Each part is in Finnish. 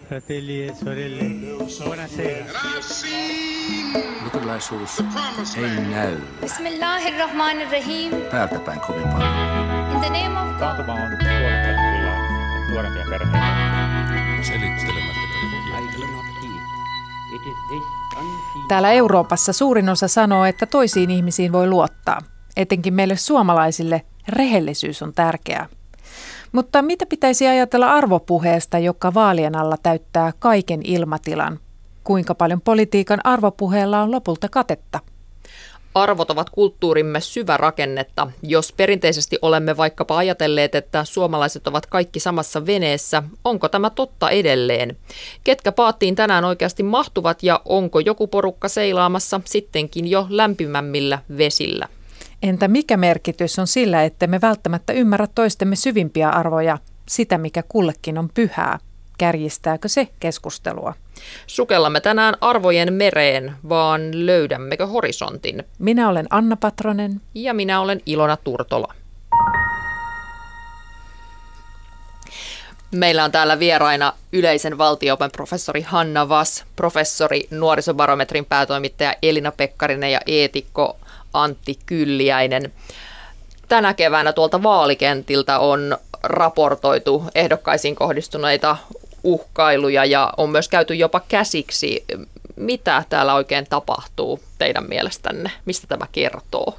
Fratelli e sorelle, buonasera. Luterilaisuus ei näy Bismillahirrahmanirrahim. päältäpäin kovin paljon. In the name of God. Taantuma on tuonut kyllä nuorempia perheitä. Selittelemättä Täällä Euroopassa suurin osa sanoo, että toisiin ihmisiin voi luottaa. Etenkin meille suomalaisille rehellisyys on tärkeää. Mutta mitä pitäisi ajatella arvopuheesta, joka vaalien alla täyttää kaiken ilmatilan? Kuinka paljon politiikan arvopuheella on lopulta katetta? Arvot ovat kulttuurimme syvä rakennetta. Jos perinteisesti olemme vaikkapa ajatelleet, että suomalaiset ovat kaikki samassa veneessä, onko tämä totta edelleen? Ketkä paattiin tänään oikeasti mahtuvat ja onko joku porukka seilaamassa sittenkin jo lämpimämmillä vesillä? Entä mikä merkitys on sillä, että me välttämättä ymmärrä toistemme syvimpiä arvoja, sitä mikä kullekin on pyhää? Kärjistääkö se keskustelua? Sukellamme tänään arvojen mereen, vaan löydämmekö horisontin? Minä olen Anna Patronen. Ja minä olen Ilona Turtola. Meillä on täällä vieraina yleisen valtio-opin professori Hanna Wass, professori, nuorisobarometrin päätoimittaja Elina Pekkarinen ja eetikko Antti Kylliäinen. Tänä keväänä tuolta vaalikentiltä on raportoitu ehdokkaisiin kohdistuneita uhkailuja ja on myös käyty jopa käsiksi. Mitä täällä oikein tapahtuu teidän mielestänne? Mistä tämä kertoo?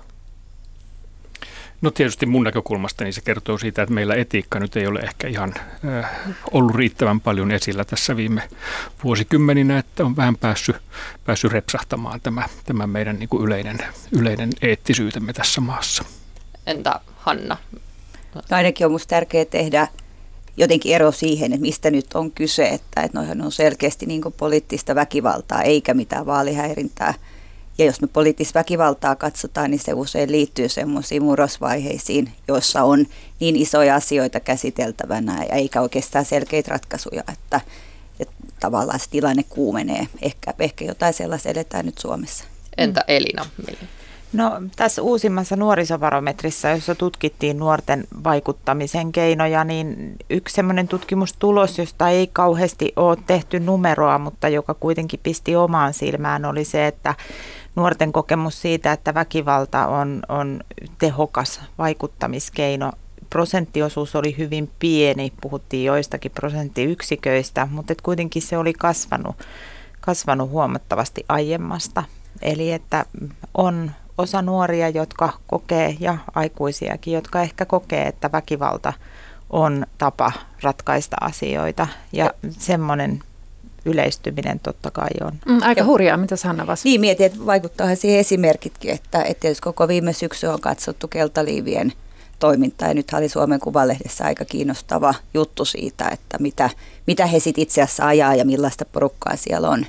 No tietysti mun näkökulmasta niin se kertoo siitä, että meillä etiikka nyt ei ole ehkä ihan ollut riittävän paljon esillä tässä viime vuosikymmeninä, että on vähän päässyt repsahtamaan tämä meidän niin kuin yleinen eettisyytemme tässä maassa. Entä Hanna? No ainakin on minusta tärkeää tehdä jotenkin ero siihen, että mistä nyt on kyse, että noihan on selkeästi niin kuin poliittista väkivaltaa eikä mitään vaalihäirintää. Ja jos me poliittista väkivaltaa katsotaan, niin se usein liittyy semmoisiin murrosvaiheisiin, joissa on niin isoja asioita käsiteltävänä ja eikä oikeastaan selkeitä ratkaisuja, että tavallaan se tilanne kuumenee. Ehkä jotain sellaista eletään nyt Suomessa. Entä Elina? No tässä uusimmassa nuorisobarometrissa, jossa tutkittiin nuorten vaikuttamisen keinoja, niin yksi semmoinen tutkimustulos, josta ei kauheasti ole tehty numeroa, mutta joka kuitenkin pisti omaan silmään, oli se, että nuorten kokemus siitä, että väkivalta on tehokas vaikuttamiskeino. Prosenttiosuus oli hyvin pieni, puhuttiin joistakin prosenttiyksiköistä, mutta kuitenkin se oli kasvanut huomattavasti aiemmasta. Eli että on osa nuoria, jotka kokee, ja aikuisiakin, jotka ehkä kokee, että väkivalta on tapa ratkaista asioita. Ja semmoinen yleistyminen totta kai on. Aika hurjaa, mitä Hanna Wass? Niin, mietin, että vaikuttaahan siihen esimerkitkin, että jos koko viime syksy on katsottu keltaliivien toimintaa, ja nyt oli Suomen Kuvalehdessä aika kiinnostava juttu siitä, että mitä he sitten itse asiassa ajaa ja millaista porukkaa siellä on.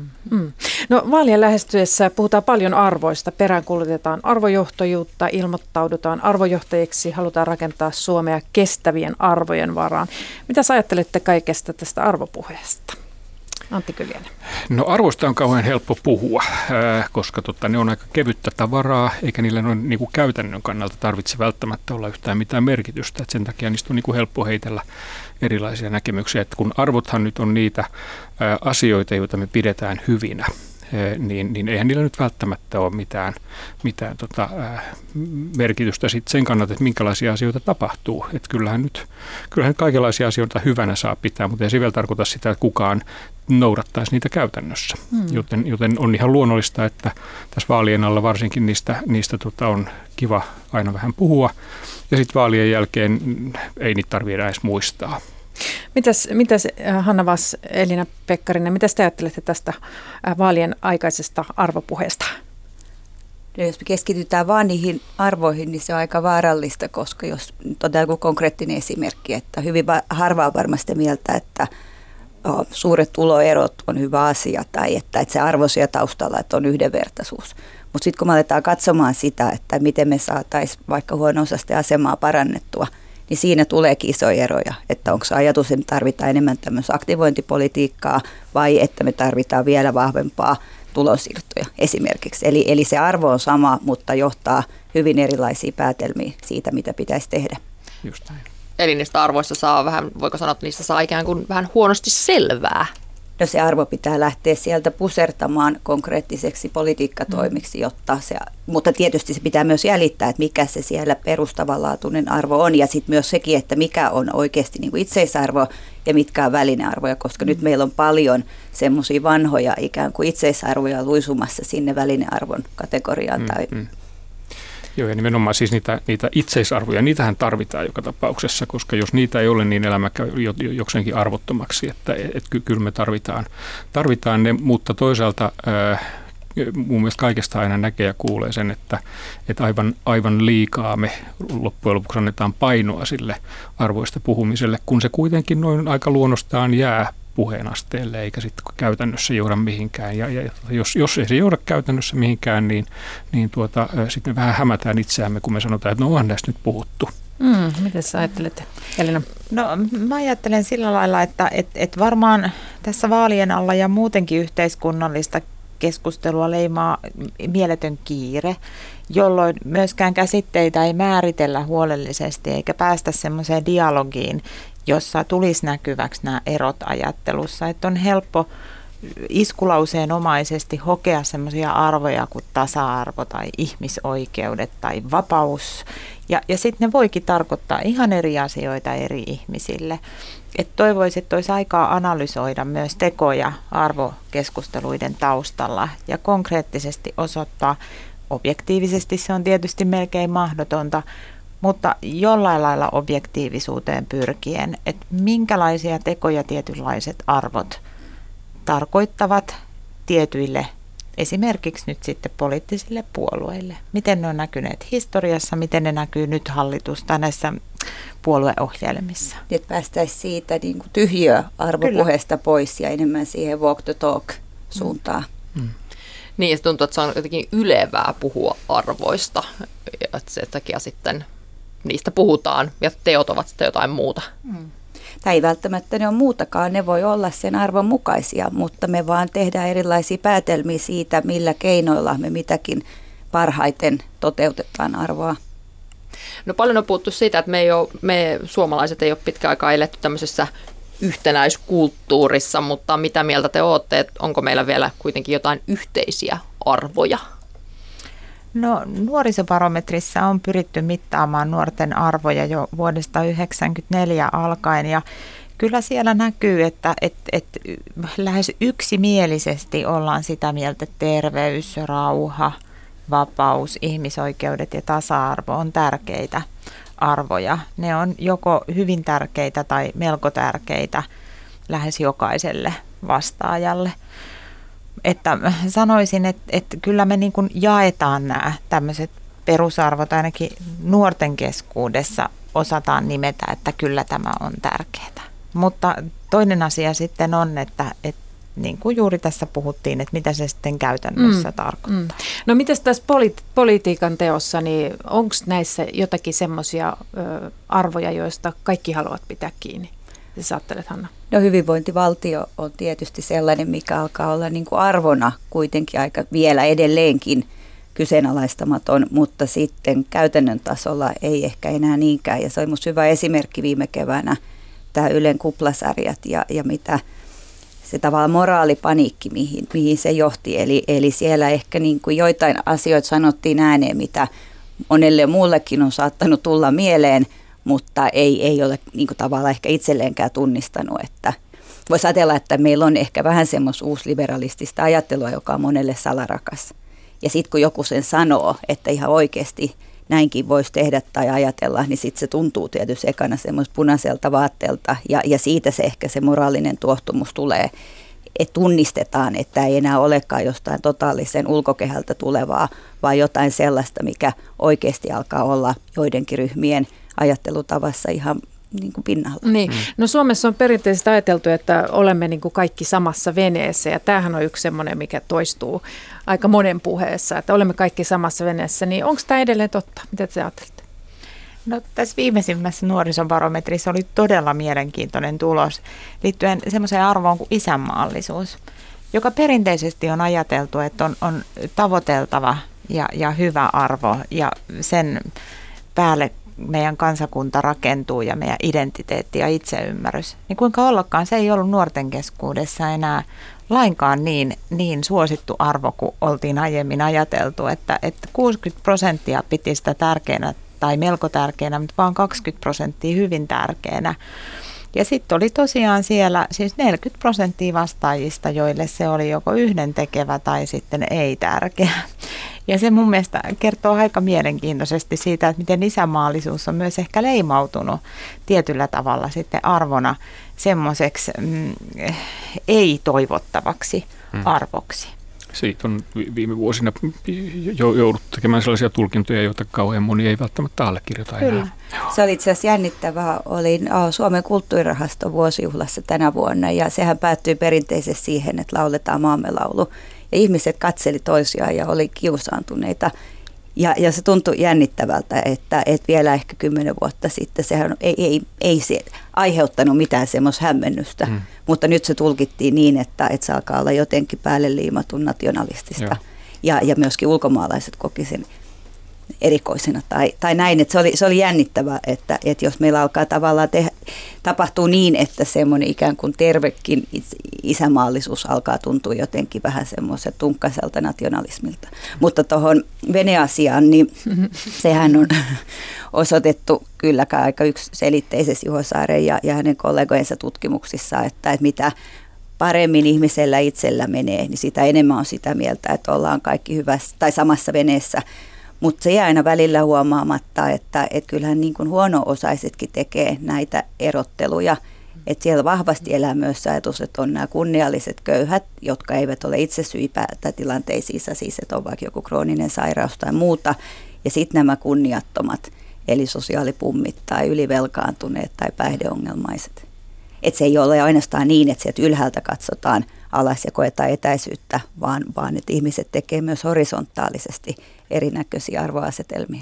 No vaalien lähestyessä puhutaan paljon arvoista, peräänkuulutetaan arvojohtajuutta, ilmoittaudutaan arvojohtajiksi, halutaan rakentaa Suomea kestävien arvojen varaan. Mitä ajattelette kaikesta tästä arvopuheesta? Antti Kylliäinen. No arvosta on kauhean helppo puhua, koska ne on aika kevyttä tavaraa, eikä niillä noin niin kuin käytännön kannalta tarvitse välttämättä olla yhtään mitään merkitystä. Et sen takia niistä on niin kuin helppo heitellä erilaisia näkemyksiä. Et kun arvothan nyt on niitä asioita, joita me pidetään hyvinä, niin eihän niillä nyt välttämättä ole mitään merkitystä sit sen kannalta, että minkälaisia asioita tapahtuu. Et kyllähän nyt kaikenlaisia asioita hyvänä saa pitää, mutta ei se vielä tarkoita sitä, että kukaan noudattaisi niitä käytännössä. Joten on ihan luonnollista, että tässä vaalien alla varsinkin niistä on kiva aina vähän puhua. Ja sitten vaalien jälkeen ei niitä tarvitse edes muistaa. Mitäs Hanna Wass, Elina Pekkarinen, mitä te ajattelette tästä vaalien aikaisesta arvopuheesta? Jos me keskitytään vaan niihin arvoihin, niin se on aika vaarallista, koska jos otetaan joku konkreettinen esimerkki, että hyvin harva on varmasti mieltä, että suuret tuloerot on hyvä asia tai että se arvo siellä taustalla, että on yhdenvertaisuus. Mutta sitten kun me aletaan katsomaan sitä, että miten me saataisiin vaikka huono-osaisten asemaa parannettua, niin siinä tuleekin isoja eroja, että onko se ajatus, että me tarvitaan enemmän tämmöistä aktivointipolitiikkaa vai että me tarvitaan vielä vahvempaa tulonsiirtoja esimerkiksi. Eli se arvo on sama, mutta johtaa hyvin erilaisia päätelmiä siitä, mitä pitäisi tehdä. Just näin. Eli niistä arvoista saa vähän, voiko sanoa, että niistä saa ikään kuin vähän huonosti selvää. No se arvo pitää lähteä sieltä pusertamaan konkreettiseksi politiikkatoimiksi, mutta tietysti se pitää myös jäljittää, että mikä se siellä perustavanlaatuinen arvo on ja sitten myös sekin, että mikä on oikeasti niin kuin itseisarvo ja mitkä on välinearvoja, koska nyt meillä on paljon semmoisia vanhoja ikään kuin itseisarvoja luisumassa sinne välinearvon kategoriaan. Joo, ja nimenomaan siis niitä itseisarvoja, niitähän tarvitaan joka tapauksessa, koska jos niitä ei ole, niin elämä käy jokseenkin arvottomaksi, että kyllä me tarvitaan ne, mutta toisaalta mun mielestä kaikesta aina näkee ja kuulee sen, että aivan liikaa me loppujen lopuksi annetaan painoa sille arvoista puhumiselle, kun se kuitenkin noin aika luonnostaan jää puheen asteelle, eikä sitten käytännössä johda mihinkään. Ja jos ei se johda käytännössä mihinkään, niin sitten me vähän hämätään itseämme, kun me sanotaan, että no onhan näistä nyt puhuttu. Miten sä ajattelet, Elina? No mä ajattelen sillä lailla, että varmaan tässä vaalien alla ja muutenkin yhteiskunnallista keskustelua leimaa mieletön kiire, jolloin myöskään käsitteitä ei määritellä huolellisesti eikä päästä semmoiseen dialogiin, jossa tulisi näkyväksi nämä erot ajattelussa. Että on helppo iskulauseenomaisesti hokea semmoisia arvoja kuin tasa-arvo tai ihmisoikeudet tai vapaus. Ja sitten ne voikin tarkoittaa ihan eri asioita eri ihmisille. Et toivoisin, että olisi aikaa analysoida myös tekoja arvokeskusteluiden taustalla ja konkreettisesti osoittaa, objektiivisesti se on tietysti melkein mahdotonta, mutta jollain lailla objektiivisuuteen pyrkien, että minkälaisia tekoja tietynlaiset arvot tarkoittavat tietyille, esimerkiksi nyt sitten poliittisille puolueille. Miten ne on näkyneet historiassa, miten ne näkyy nyt tai näissä puolueohjelmissa. Että päästäisiin siitä niin kuin tyhjiöarvopuheesta pois ja enemmän siihen walk the talk suuntaan. Niin, se tuntuu, että se on jotenkin ylevää puhua arvoista, että sen takia sitten niistä puhutaan ja teot ovat sitten jotain muuta. Tai ei välttämättä ne on muutakaan, ne voi olla sen arvon mukaisia, mutta me vaan tehdään erilaisia päätelmiä siitä, millä keinoilla me mitäkin parhaiten toteutetaan arvoa. No paljon on puhuttu siitä, että me suomalaiset ei ole pitkään aikaa eletty tämmöisessä yhtenäiskulttuurissa, mutta mitä mieltä te olette, että onko meillä vielä kuitenkin jotain yhteisiä arvoja? No nuorisobarometrissa on pyritty mittaamaan nuorten arvoja jo vuodesta 1994 alkaen ja kyllä siellä näkyy, että lähes yksimielisesti ollaan sitä mieltä, että terveys, rauha, vapaus, ihmisoikeudet ja tasa-arvo on tärkeitä arvoja. Ne on joko hyvin tärkeitä tai melko tärkeitä lähes jokaiselle vastaajalle. Että sanoisin, että kyllä me niin kuin jaetaan nämä tämmöiset perusarvot ainakin nuorten keskuudessa osataan nimetä, että kyllä tämä on tärkeää. Mutta toinen asia sitten on, että niin kuin juuri tässä puhuttiin, että mitä se sitten käytännössä tarkoittaa. No mitäs tässä politiikan teossa, niin onko näissä jotakin semmoisia arvoja, joista kaikki haluavat pitää kiinni? Sä ajattelet, Hanna? No hyvinvointivaltio on tietysti sellainen, mikä alkaa olla niin kuin arvona kuitenkin aika vielä edelleenkin kyseenalaistamaton, mutta sitten käytännön tasolla ei ehkä enää niinkään. Ja se oli musta hyvä esimerkki viime keväänä, tämä Ylen kuplasarjat ja mitä se tavallaan moraalipaniikki, mihin se johti. Eli siellä ehkä niin kuin joitain asioita sanottiin ääneen, mitä monelle muullekin on saattanut tulla mieleen, mutta ei ole niin kuin tavallaan ehkä itselleenkään tunnistanut, että voisi ajatella, että meillä on ehkä vähän semmoista uusliberalistista ajattelua, joka on monelle salarakas. Ja sitten kun joku sen sanoo, että ihan oikeasti näinkin voisi tehdä tai ajatella, niin sitten se tuntuu tietysti ekana semmoista punaiselta vaatteelta ja siitä se ehkä se moraalinen tuohtumus tulee, että tunnistetaan, että ei enää olekaan jostain totaalisen ulkokehältä tulevaa, vaan jotain sellaista, mikä oikeasti alkaa olla joidenkin ryhmien ajattelutavassa ihan niin kuin pinnalla. Niin. No Suomessa on perinteisesti ajateltu, että olemme niin kuin kaikki samassa veneessä ja tämähän on yksi semmoinen, mikä toistuu aika monen puheessa, että olemme kaikki samassa veneessä, niin onko tämä edelleen totta? Mitä te ajattelette? No tässä viimeisimmässä nuorisobarometrissa oli todella mielenkiintoinen tulos liittyen semmoiseen arvoon kuin isänmaallisuus, joka perinteisesti on ajateltu, että on tavoiteltava ja hyvä arvo ja sen päälle meidän kansakunta rakentuu ja meidän identiteetti ja itse-ymmärrys. Niin kuinka ollakaan, se ei ollut nuorten keskuudessa enää lainkaan niin suosittu arvo kuin oltiin aiemmin ajateltu, että 60% piti sitä tärkeänä tai melko tärkeänä, mutta vaan 20% hyvin tärkeänä. Ja sitten oli tosiaan siellä siis 40% vastaajista, joille se oli joko yhdentekevä tai sitten ei tärkeä. Ja se mun mielestä kertoo aika mielenkiintoisesti siitä, että miten isänmaallisuus on myös ehkä leimautunut tietyllä tavalla sitten arvona semmoiseksi ei-toivottavaksi arvoksi. Siitä on viime vuosina jouduttu tekemään sellaisia tulkintoja, joita kauhean moni ei välttämättä allekirjoita enää. Kyllä. Se oli itse asiassa jännittävää. Olin Suomen kulttuurirahaston vuosijuhlassa tänä vuonna ja sehän päättyi perinteisesti siihen, että lauletaan maamme laulu. Ja ihmiset katseli toisiaan ja oli kiusaantuneita. Ja se tuntui jännittävältä, että vielä ehkä 10 vuotta sitten sehän ei se aiheuttanut mitään semmoista hämmennystä. Mutta nyt se tulkittiin niin, että se alkaa olla jotenkin päälle liimatun nationalistista. Ja myöskin ulkomaalaiset koki sen erikoisena tai näin, että se oli jännittävää, että jos meillä alkaa tavallaan tapahtuu niin, että semmoinen ikään kuin tervekin isämaallisuus alkaa tuntua jotenkin vähän semmoisen tunkkaiselta nationalismilta. Mutta tuohon veneasiaan, niin sehän on osoitettu kyllä aika yksiselitteisesti Juho Saaren ja hänen kollegojensa tutkimuksissa, että mitä paremmin ihmisellä itsellä menee, niin sitä enemmän on sitä mieltä, että ollaan kaikki hyvässä tai samassa veneessä. Mutta se jää aina välillä huomaamatta, että kyllähän niin kuin huono-osaisetkin tekee näitä erotteluja. Että siellä vahvasti elää myös ajatus, että on nämä kunnialliset köyhät, jotka eivät ole itse syypäätä tilanteisiinsa, siis että on vaikka joku krooninen sairaus tai muuta. Ja sitten nämä kunniattomat, eli sosiaalipummit tai ylivelkaantuneet tai päihdeongelmaiset. Että se ei ole ainoastaan niin, että sieltä ylhäältä katsotaan alas ja koetaan etäisyyttä, vaan että ihmiset tekee myös horisontaalisesti erinäköisiä arvoasetelmia.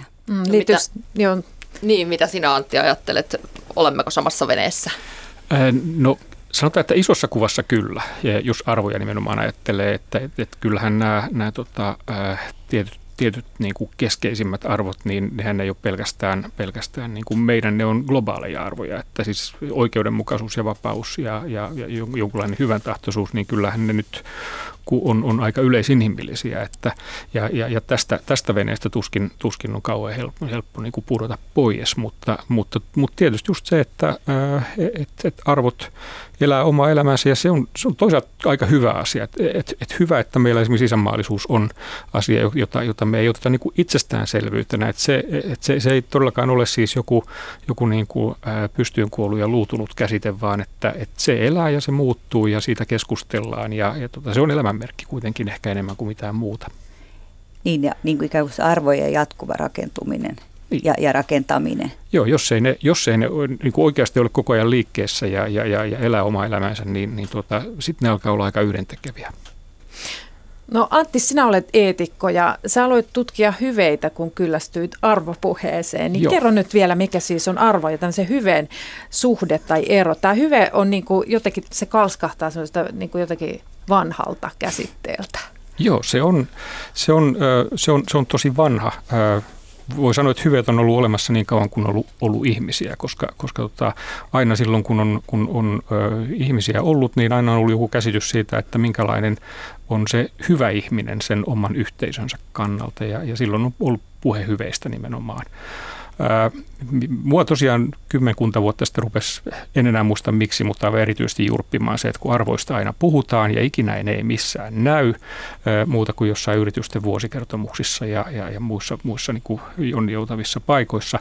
Mitä sinä, Antti, ajattelet? Olemmeko samassa veneessä? No sanotaan, että isossa kuvassa kyllä. Ja jos arvoja nimenomaan ajattelee, että kyllähän nämä tietyt niin kuin keskeisimmät arvot, niin nehän ei ole pelkästään niin kuin meidän, ne on globaaleja arvoja. Että siis oikeudenmukaisuus ja vapaus ja jonkunlainen hyväntahtoisuus, niin kyllähän ne nyt on aika yleisinhimillisiä. Että, ja tästä veneestä tuskin on kauhean helppo niin kuin pudota pois, mutta tietysti just se, että arvot elää omaa elämänsä, ja se on toisaalta aika hyvä asia. Että hyvä, että meillä esimerkiksi isänmaallisuus on asia, jota me ei oteta niin kuin itsestäänselvyytenä. Että se ei todellakaan ole siis joku niin kuin pystyyn kuollut ja luutunut käsite, vaan että se elää ja se muuttuu ja siitä keskustellaan. Ja se on elämänmerkki kuitenkin ehkä enemmän kuin mitään muuta. Niin, ja niin kuin ikään kuin se arvojen jatkuva rakentuminen. Niin. Ja rakentaminen. Joo, jos ei ne niin kuin oikeasti ole koko ajan liikkeessä ja elää omaa elämäänsä, niin sitten ne alkaa olla aika yhdentekeviä. No Antti, sinä olet eetikko ja sä aloit tutkia hyveitä, kun kyllästyit arvopuheeseen. Niin kerro nyt vielä, mikä siis on arvo ja se hyveen suhde tai ero. Tämä hyve on niin kuin jotenkin, se kalskahtaa sellaista niin kuin jotenkin vanhalta käsitteeltä. Joo, se on tosi vanha. Voi sanoa, että hyveet on ollut olemassa niin kauan kuin on ollut ihmisiä, koska aina silloin, kun on ihmisiä ollut, niin aina on ollut joku käsitys siitä, että minkälainen on se hyvä ihminen sen oman yhteisönsä kannalta, ja silloin on ollut puhe hyveistä nimenomaan. Mua tosiaan 10 vuotta sitten rupesi, en enää muista miksi, mutta aivan erityisesti jurppimaan se, että kun arvoista aina puhutaan ja ikinä ei missään näy muuta kuin jossain yritysten vuosikertomuksissa ja muissa niin kuin joutavissa paikoissa.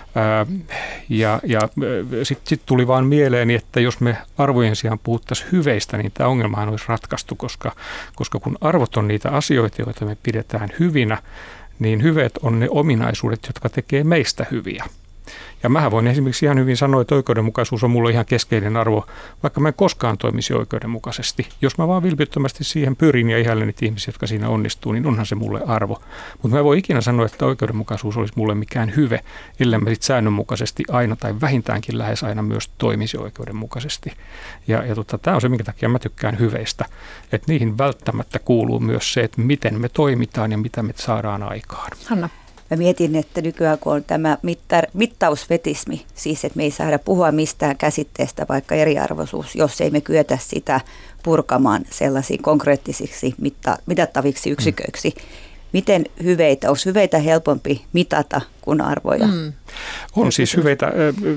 Sitten tuli vaan mieleeni, että jos me arvojen sijaan puhuttaisiin hyveistä, niin tämä ongelmahan olisi ratkaistu, koska kun arvot on niitä asioita, joita me pidetään hyvinä, niin hyveet on ne ominaisuudet, jotka tekee meistä hyviä. Ja mähän voin esimerkiksi ihan hyvin sanoa, että oikeudenmukaisuus on mulle ihan keskeinen arvo, vaikka mä en koskaan toimisi oikeudenmukaisesti. Jos mä vaan vilpittömästi siihen pyrin ja ihailen niitä ihmisiä, jotka siinä onnistuu, niin onhan se mulle arvo. Mutta mä en voi ikinä sanoa, että oikeudenmukaisuus olisi mulle mikään hyve, ellei mä sit säännönmukaisesti aina tai vähintäänkin lähes aina myös toimisi oikeudenmukaisesti. Tämä on se, minkä takia mä tykkään hyveistä, että niihin välttämättä kuuluu myös se, että miten me toimitaan ja mitä me saadaan aikaan. Hanna. mä mietin, että nykyään kun on tämä mittausfetismi, siis että me ei saada puhua mistään käsitteestä, vaikka eriarvoisuus, jos ei me kyetä sitä purkamaan sellaisiin konkreettisiksi mitattaviksi yksiköiksi. Miten olisi hyveitä helpompi mitata kuin arvoja? On siis hyveitä,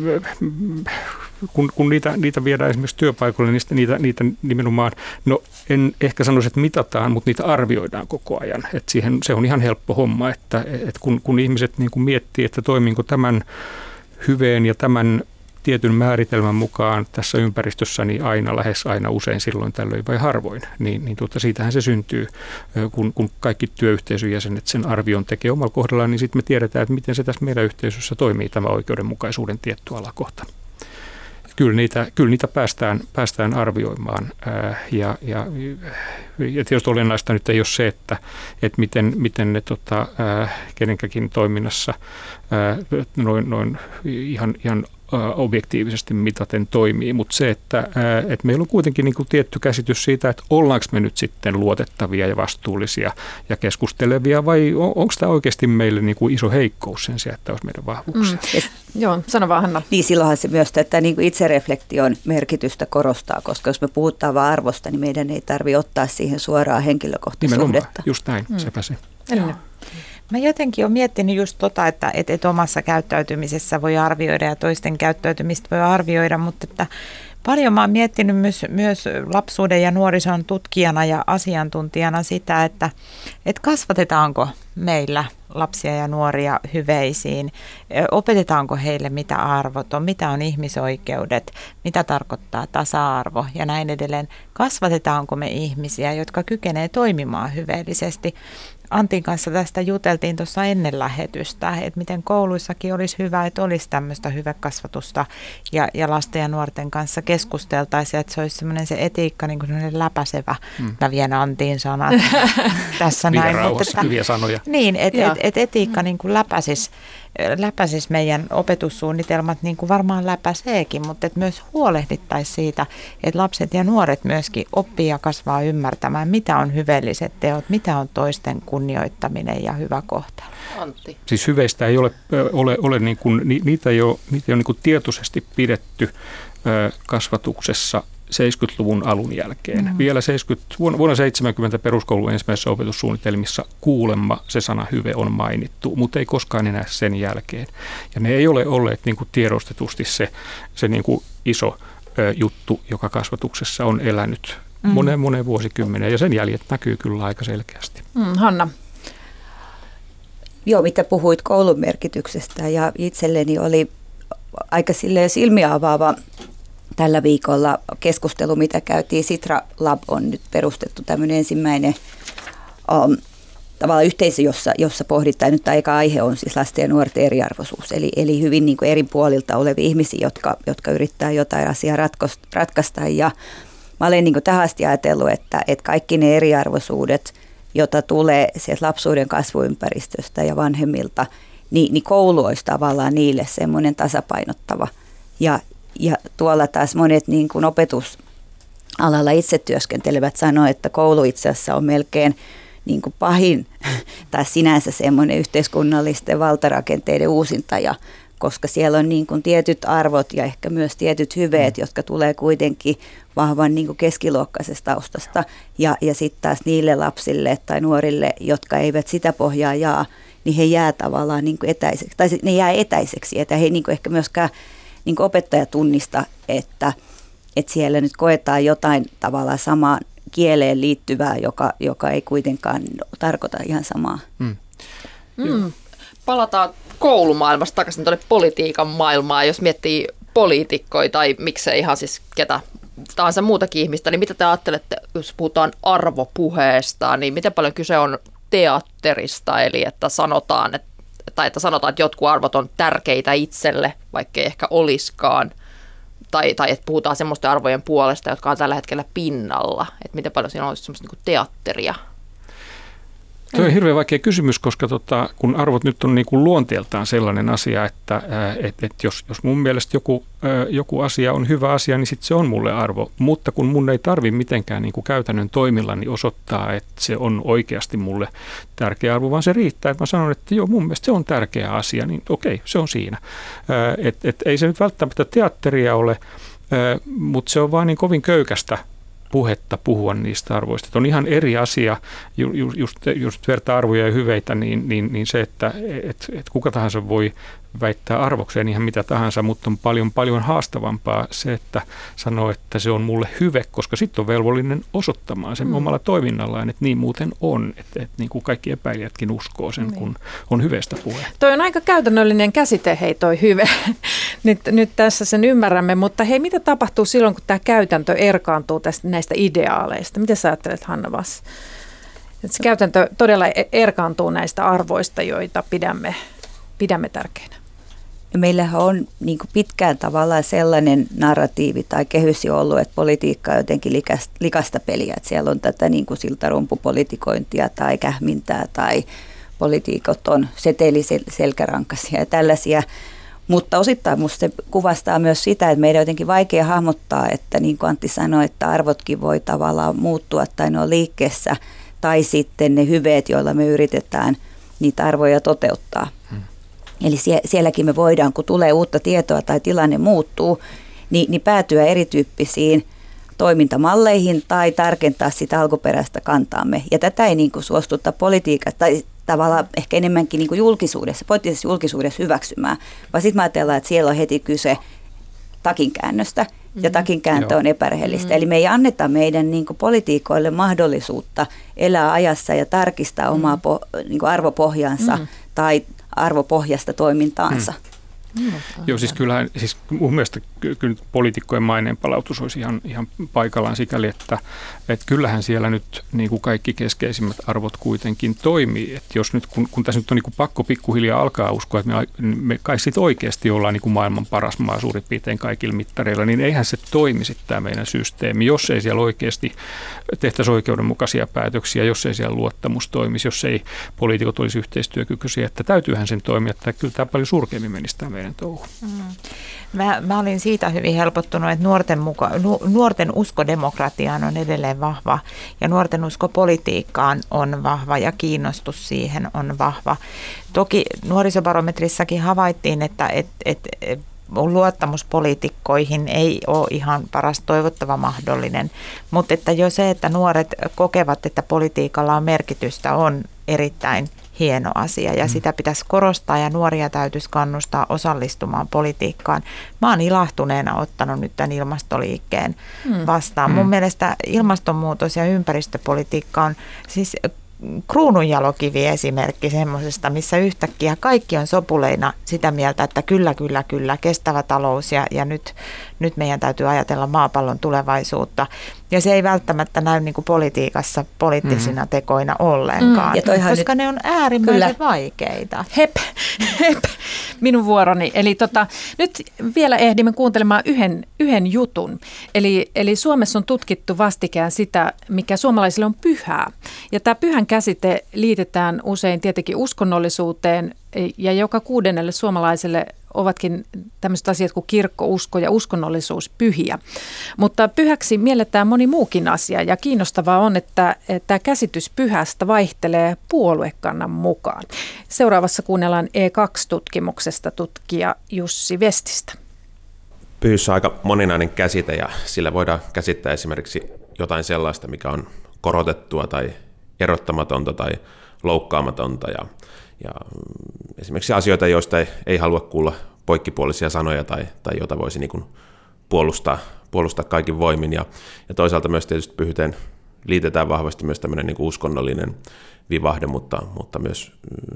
kun niitä viedään esimerkiksi työpaikoille, niin niitä nimenomaan, no en ehkä sanoisi, että mitataan, mutta niitä arvioidaan koko ajan. Et se on ihan helppo homma, että kun ihmiset niin kuin miettii, että toimiinko tämän hyveen ja tämän tietyn määritelmän mukaan tässä ympäristössä niin lähes aina usein silloin tällöin vai harvoin, niin siitähän se syntyy, kun kaikki työyhteisön jäsenet sen arvion tekee omalla kohdallaan, niin sitten me tiedetään, että miten se tässä meidän yhteisössä toimii tämä oikeudenmukaisuuden tietty alakohta. Kyllä niitä päästään arvioimaan ja tietysti olennaista nyt ei ole se, että miten ne kenenkäkin toiminnassa noin ihan objektiivisesti mitaten toimii, mutta se, että meillä on kuitenkin niin kuin tietty käsitys siitä, että ollaanko me nyt sitten luotettavia ja vastuullisia ja keskustelevia vai onko tämä oikeasti meille niin kuin iso heikkous sen sijaan, että olisi meidän vahvuuksia? Joo, sano vaan Hanna. Niin silloinhan se myös tätä niin kuin itsereflektion merkitystä korostaa, koska jos me puhutaan vaan arvosta, niin meidän ei tarvitse ottaa siihen suoraa henkilökohtaisuudetta. Nimenomaan, just näin, sepä se. Mä jotenkin olen miettinyt just että omassa käyttäytymisessä voi arvioida ja toisten käyttäytymistä voi arvioida, mutta että paljon mä oon miettinyt myös lapsuuden ja nuorison tutkijana ja asiantuntijana sitä, että kasvatetaanko meillä lapsia ja nuoria hyveisiin, opetetaanko heille mitä arvot on, mitä on ihmisoikeudet, mitä tarkoittaa tasa-arvo ja näin edelleen. Kasvatetaanko me ihmisiä, jotka kykenee toimimaan hyveellisesti. Antin kanssa tästä juteltiin tuossa ennen lähetystä, että miten kouluissakin olisi hyvä, että olisi tämmöistä hyvekasvatusta ja lasten ja nuorten kanssa keskusteltaisiin, että se olisi semmoinen se etiikka niin kuin semmoinen läpäisevä. Mä vien Antin sanat tässä näin. Rauhassa, hyviä sanoja. Niin, että etiikka niin kuin läpäisisi meidän opetussuunnitelmat, niin kuin varmaan läpäiseekin, mutta että myös huolehdittaisiin siitä, että lapset ja nuoret myöskin oppii ja kasvaa ymmärtämään, mitä on hyveelliset teot, mitä on toisten kunnioittaminen ja hyvä kohtelu. Antti. Siis hyveistä ei ole niin kuin, niitä ei ole niin kuin tietoisesti pidetty kasvatuksessa 70-luvun alun jälkeen. Vielä vuonna 70 peruskoulun ensimmäisissä opetussuunnitelmissa kuulemma se sana hyve on mainittu, mutta ei koskaan enää sen jälkeen. Ja ne ei ole olleet niin kuin tiedostetusti se niin kuin iso juttu, joka kasvatuksessa on elänyt monen vuosikymmenen, ja sen jäljet näkyy kyllä aika selkeästi. Hanna. Joo, mitä puhuit koulun merkityksestä, ja itselleni oli aika silmiä avaava tällä viikolla keskustelu, mitä käytiin. Sitra Lab on nyt perustettu tämmöinen ensimmäinen tavallaan yhteisö, jossa pohditaan, nyt tämä eka aihe on siis lasten ja nuorten eriarvoisuus, eli hyvin niin kuin eri puolilta olevia ihmisiä, jotka yrittää jotain asiaa ratkaista. Ja mä olen niin kuin tähän asti ajatellut, että kaikki ne eriarvoisuudet, jota tulee sieltä lapsuuden kasvuympäristöstä ja vanhemmilta, niin koulu olisi tavallaan niille semmoinen tasapainottava. Ja tuolla taas monet niin kuin opetusalalla itse työskentelevät sanoo, että koulu itse asiassa on melkein niin kuin pahin tai sinänsä semmoinen yhteiskunnallisten valtarakenteiden uusintaja, koska siellä on niin kuin tietyt arvot ja ehkä myös tietyt hyveet, jotka tulee kuitenkin vahvan niin kuin keskiluokkaisesta taustasta. Ja sitten taas niille lapsille tai nuorille, jotka eivät sitä pohjaa jaa, niin he jää tavallaan niin kuin etäiseksi. Tai ne jää etäiseksi, että he niin kuin ehkä myöskään niin kuin opettaja tunnista, että siellä nyt koetaan jotain tavallaan samaan kieleen liittyvää, joka ei kuitenkaan tarkoita ihan samaa. Palataan koulumaailmasta takaisin tuonne politiikan maailmaan. Jos miettii poliitikkoja tai miksei ihan siis ketä tahansa muutakin ihmistä, niin mitä te ajattelette, jos puhutaan arvopuheesta, niin miten paljon kyse on teatterista, eli että sanotaan, että jotkut arvot on tärkeitä itselle, vaikkei ehkä olisikaan, tai että puhutaan semmoisten arvojen puolesta, jotka on tällä hetkellä pinnalla, että miten paljon siinä on semmoista niin kuin teatteria. Tuo on hirveän vaikea kysymys, koska kun arvot nyt on niin kuin luonteeltaan sellainen asia, että jos mun mielestä joku asia on hyvä asia, niin sitten se on mulle arvo. Mutta kun mun ei tarvitse mitenkään niin kuin käytännön toimilla niin osoittaa, että se on oikeasti mulle tärkeä arvo, vaan se riittää, että mä sanon, että joo, mun mielestä se on tärkeä asia, niin okei, se on siinä. Ei se nyt välttämättä teatteria ole, mutta se on vaan niin kovin köykästä puhetta puhua niistä arvoista. Että on ihan eri asia, just vertaa arvoja ja hyveitä, niin se, että kuka tahansa voi väittää arvokseen ihan mitä tahansa, mutta on paljon haastavampaa se, että sanoo, että se on mulle hyve, koska sitten on velvollinen osoittamaan sen omalla toiminnallaan, että niin muuten on, että niin kuin kaikki epäilijätkin uskoo sen, kun on hyveestä puhe. Toi on aika käytännöllinen käsite, hei toi hyve. Nyt tässä sen ymmärrämme, mutta hei, mitä tapahtuu silloin, kun tämä käytäntö erkaantuu näistä ideaaleista? Mitä sä ajattelet, Hanna Wass? Että se käytäntö todella erkaantuu näistä arvoista, joita pidämme tärkeinä. Meillähän on niin kuin pitkään tavallaan sellainen narratiivi tai kehys jo ollut, että politiikka on jotenkin likasta peliä. Että siellä on tätä niin kuin siltarumpupolitikointia tai kähmintää tai poliitikot on seteliselkärankaisia ja tällaisia. Mutta osittain minusta se kuvastaa myös sitä, että meidän on jotenkin vaikea hahmottaa, että niin kuin Antti sanoi, että arvotkin voi tavallaan muuttua tai ne on liikkeessä. Tai sitten ne hyveet, joilla me yritetään niitä arvoja toteuttaa. Eli sielläkin me voidaan, kun tulee uutta tietoa tai tilanne muuttuu, niin päätyä erityyppisiin toimintamalleihin tai tarkentaa sitä alkuperäistä kantaamme. Ja tätä ei niin kuin suostuta politiikasta tai tavallaan ehkä enemmänkin niin kuin poliittisessa julkisuudessa hyväksymään, vaan sitten me ajatellaan, että siellä on heti kyse takinkäännöstä ja takinkääntö on epärehellistä. Eli me ei anneta meidän niin kuin politiikoille mahdollisuutta elää ajassa ja tarkistaa omaa niin kuin arvopohjansa tai arvopohjasta toimintaansa. Joo, siis kyllähän, mun mielestä kyllä poliitikkojen maineen palautus olisi ihan paikallaan sikäli, että kyllähän siellä nyt niin kuin kaikki keskeisimmät arvot kuitenkin toimii. Että jos nyt, kun tässä nyt on niin kuin pakko pikkuhiljaa alkaa uskoa, että me kai sitten oikeasti ollaan niin kuin maailman paras maa suurin piirtein kaikilla mittareilla, niin eihän se toimisi tämä meidän systeemi, jos ei siellä oikeasti tehtäisi oikeudenmukaisia päätöksiä, jos ei siellä luottamus toimisi, jos ei poliitikot olisi yhteistyökykyisiä, että täytyyhän sen toimia, että kyllä tämä paljon surkeammin menisi tämä meidän touhu. Mä olin siitä hyvin helpottunut, että nuorten usko demokratiaan on edelleen vahva ja nuorten usko politiikkaan on vahva ja kiinnostus siihen on vahva. Toki nuorisobarometrissakin havaittiin, että luottamus poliitikkoihin ei ole ihan paras toivottava mahdollinen, mutta että jo se, että nuoret kokevat, että politiikalla on merkitystä, on erittäin hieno asia ja sitä pitäisi korostaa ja nuoria täytyisi kannustaa osallistumaan politiikkaan. Mä oon ilahtuneena ottanut nyt tämän ilmastoliikkeen vastaan. Mun mielestä ilmastonmuutos ja ympäristöpolitiikka on siis kruununjalokivi esimerkki semmoisesta, missä yhtäkkiä kaikki on sopuleina sitä mieltä, että kyllä, kestävä talous ja nyt meidän täytyy ajatella maapallon tulevaisuutta. Ja se ei välttämättä näy niin kuin politiikassa poliittisina tekoina ollenkaan, koska ne on äärimmäisen vaikeita. Hep, minun vuoroni. Eli nyt vielä ehdimme kuuntelemaan yhden jutun. Eli Suomessa on tutkittu vastikään sitä, mikä suomalaisille on pyhää. Ja tämä pyhän käsite liitetään usein tietenkin uskonnollisuuteen ja joka 6. suomalaiselle ovatkin tämmöiset asiat kuin kirkko, usko ja uskonnollisuus pyhiä. Mutta pyhäksi mielletään moni muukin asia ja kiinnostavaa on, että tämä käsitys pyhästä vaihtelee puoluekannan mukaan. Seuraavassa kuunnellaan E2-tutkimuksesta tutkija Jussi Vestistä. Pyhyys on aika moninainen käsite ja sillä voidaan käsittää esimerkiksi jotain sellaista, mikä on korotettua tai erottamatonta tai loukkaamatonta ja esimerkiksi asioita, joista ei halua kuulla poikkipuolisia sanoja tai jota voisi niin kuin puolustaa kaikin voimin. Ja toisaalta myös tietysti pyhyyteen liitetään vahvasti myös tämmöinen niin kuin uskonnollinen vivahde, mutta myös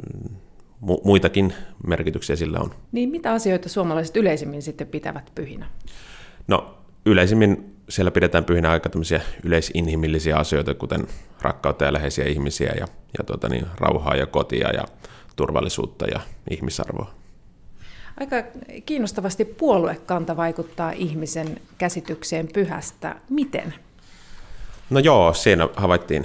muitakin merkityksiä sillä on. Niin mitä asioita suomalaiset yleisimmin sitten pitävät pyhinä? No yleisimmin siellä pidetään pyhinä aika tämmöisiä yleisinhimillisiä asioita, kuten rakkautta ja läheisiä ihmisiä ja rauhaa ja kotia ja turvallisuutta ja ihmisarvoa. Aika kiinnostavasti puoluekanta vaikuttaa ihmisen käsitykseen pyhästä. Miten? No joo, siinä havaittiin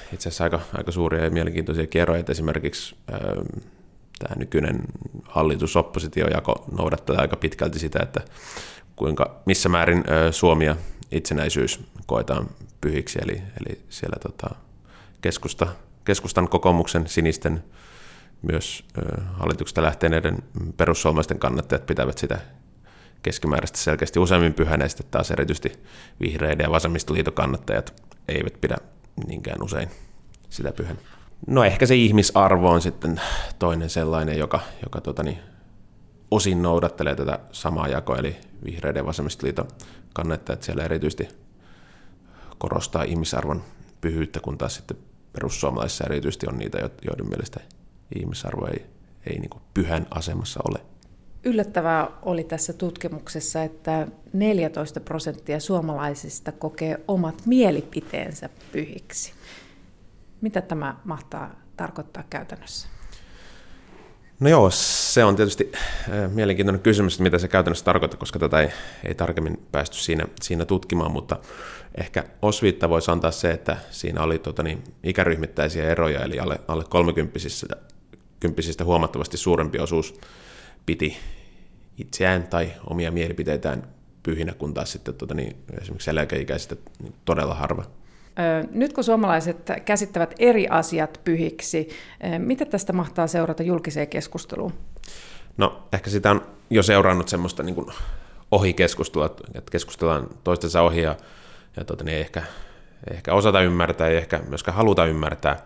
itse asiassa aika suuria ja mielenkiintoisia eroja, että esimerkiksi tämä nykyinen hallitus-oppositiojako noudattaa aika pitkälti sitä, että missä määrin Suomi ja itsenäisyys koetaan pyhiksi, eli siellä keskustan, kokoomuksen, sinisten, myös hallituksesta lähteneiden perussuomalaisten kannattajat pitävät sitä keskimääräistä selkeästi useammin pyhänä, ja sitten taas erityisesti vihreiden ja vasemmistoliiton kannattajat eivät pidä niinkään usein sitä pyhänä. No ehkä se ihmisarvo on sitten toinen sellainen, joka osin noudattelee tätä samaa jakoa, eli vihreiden ja vasemmistoliiton kannattajat siellä erityisesti korostaa ihmisarvon pyhyyttä, kun taas sitten perussuomalaisissa erityisesti on niitä, joiden mielestä ihmisarvo ei niin kuin pyhän asemassa ole. Yllättävää oli tässä tutkimuksessa, että 14% suomalaisista kokee omat mielipiteensä pyhiksi. Mitä tämä mahtaa tarkoittaa käytännössä? No joo, se on tietysti mielenkiintoinen kysymys, että mitä se käytännössä tarkoittaa, koska tätä ei tarkemmin päästy siinä tutkimaan, mutta ehkä osviittaa voisi antaa se, että siinä oli ikäryhmittäisiä eroja, eli alle 30-kymppisistä huomattavasti suurempi osuus piti itseään tai omia mielipiteitään pyhinä, kun taas sitten esimerkiksi eläkeikäisistä todella harva. Nyt kun suomalaiset käsittävät eri asiat pyhiksi, mitä tästä mahtaa seurata julkiseen keskusteluun? No ehkä sitä on jo seurannut semmoista niin kuin ohikeskustelua, että keskustellaan toistensa ohi ja ei ehkä osata ymmärtää ja ehkä myöskään haluta ymmärtää,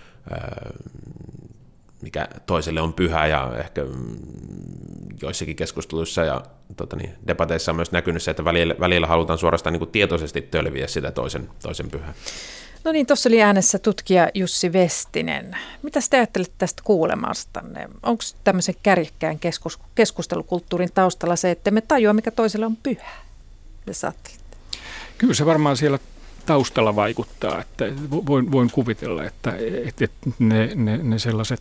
mikä toiselle on pyhä, ja ehkä joissakin keskusteluissa ja debateissa on myös näkynyt se, että välillä halutaan suorastaan niin kuin tietoisesti tölviä sitä toisen pyhää. No niin, tuossa oli äänessä tutkija Jussi Vestinen. Mitä te ajattelet tästä kuulemastanne? Onko tämmöisen kärjekkään keskustelukulttuurin taustalla se, että me tajua, mikä toiselle on pyhä? Kyllä se varmaan siellä taustalla vaikuttaa, että voin kuvitella, että ne sellaiset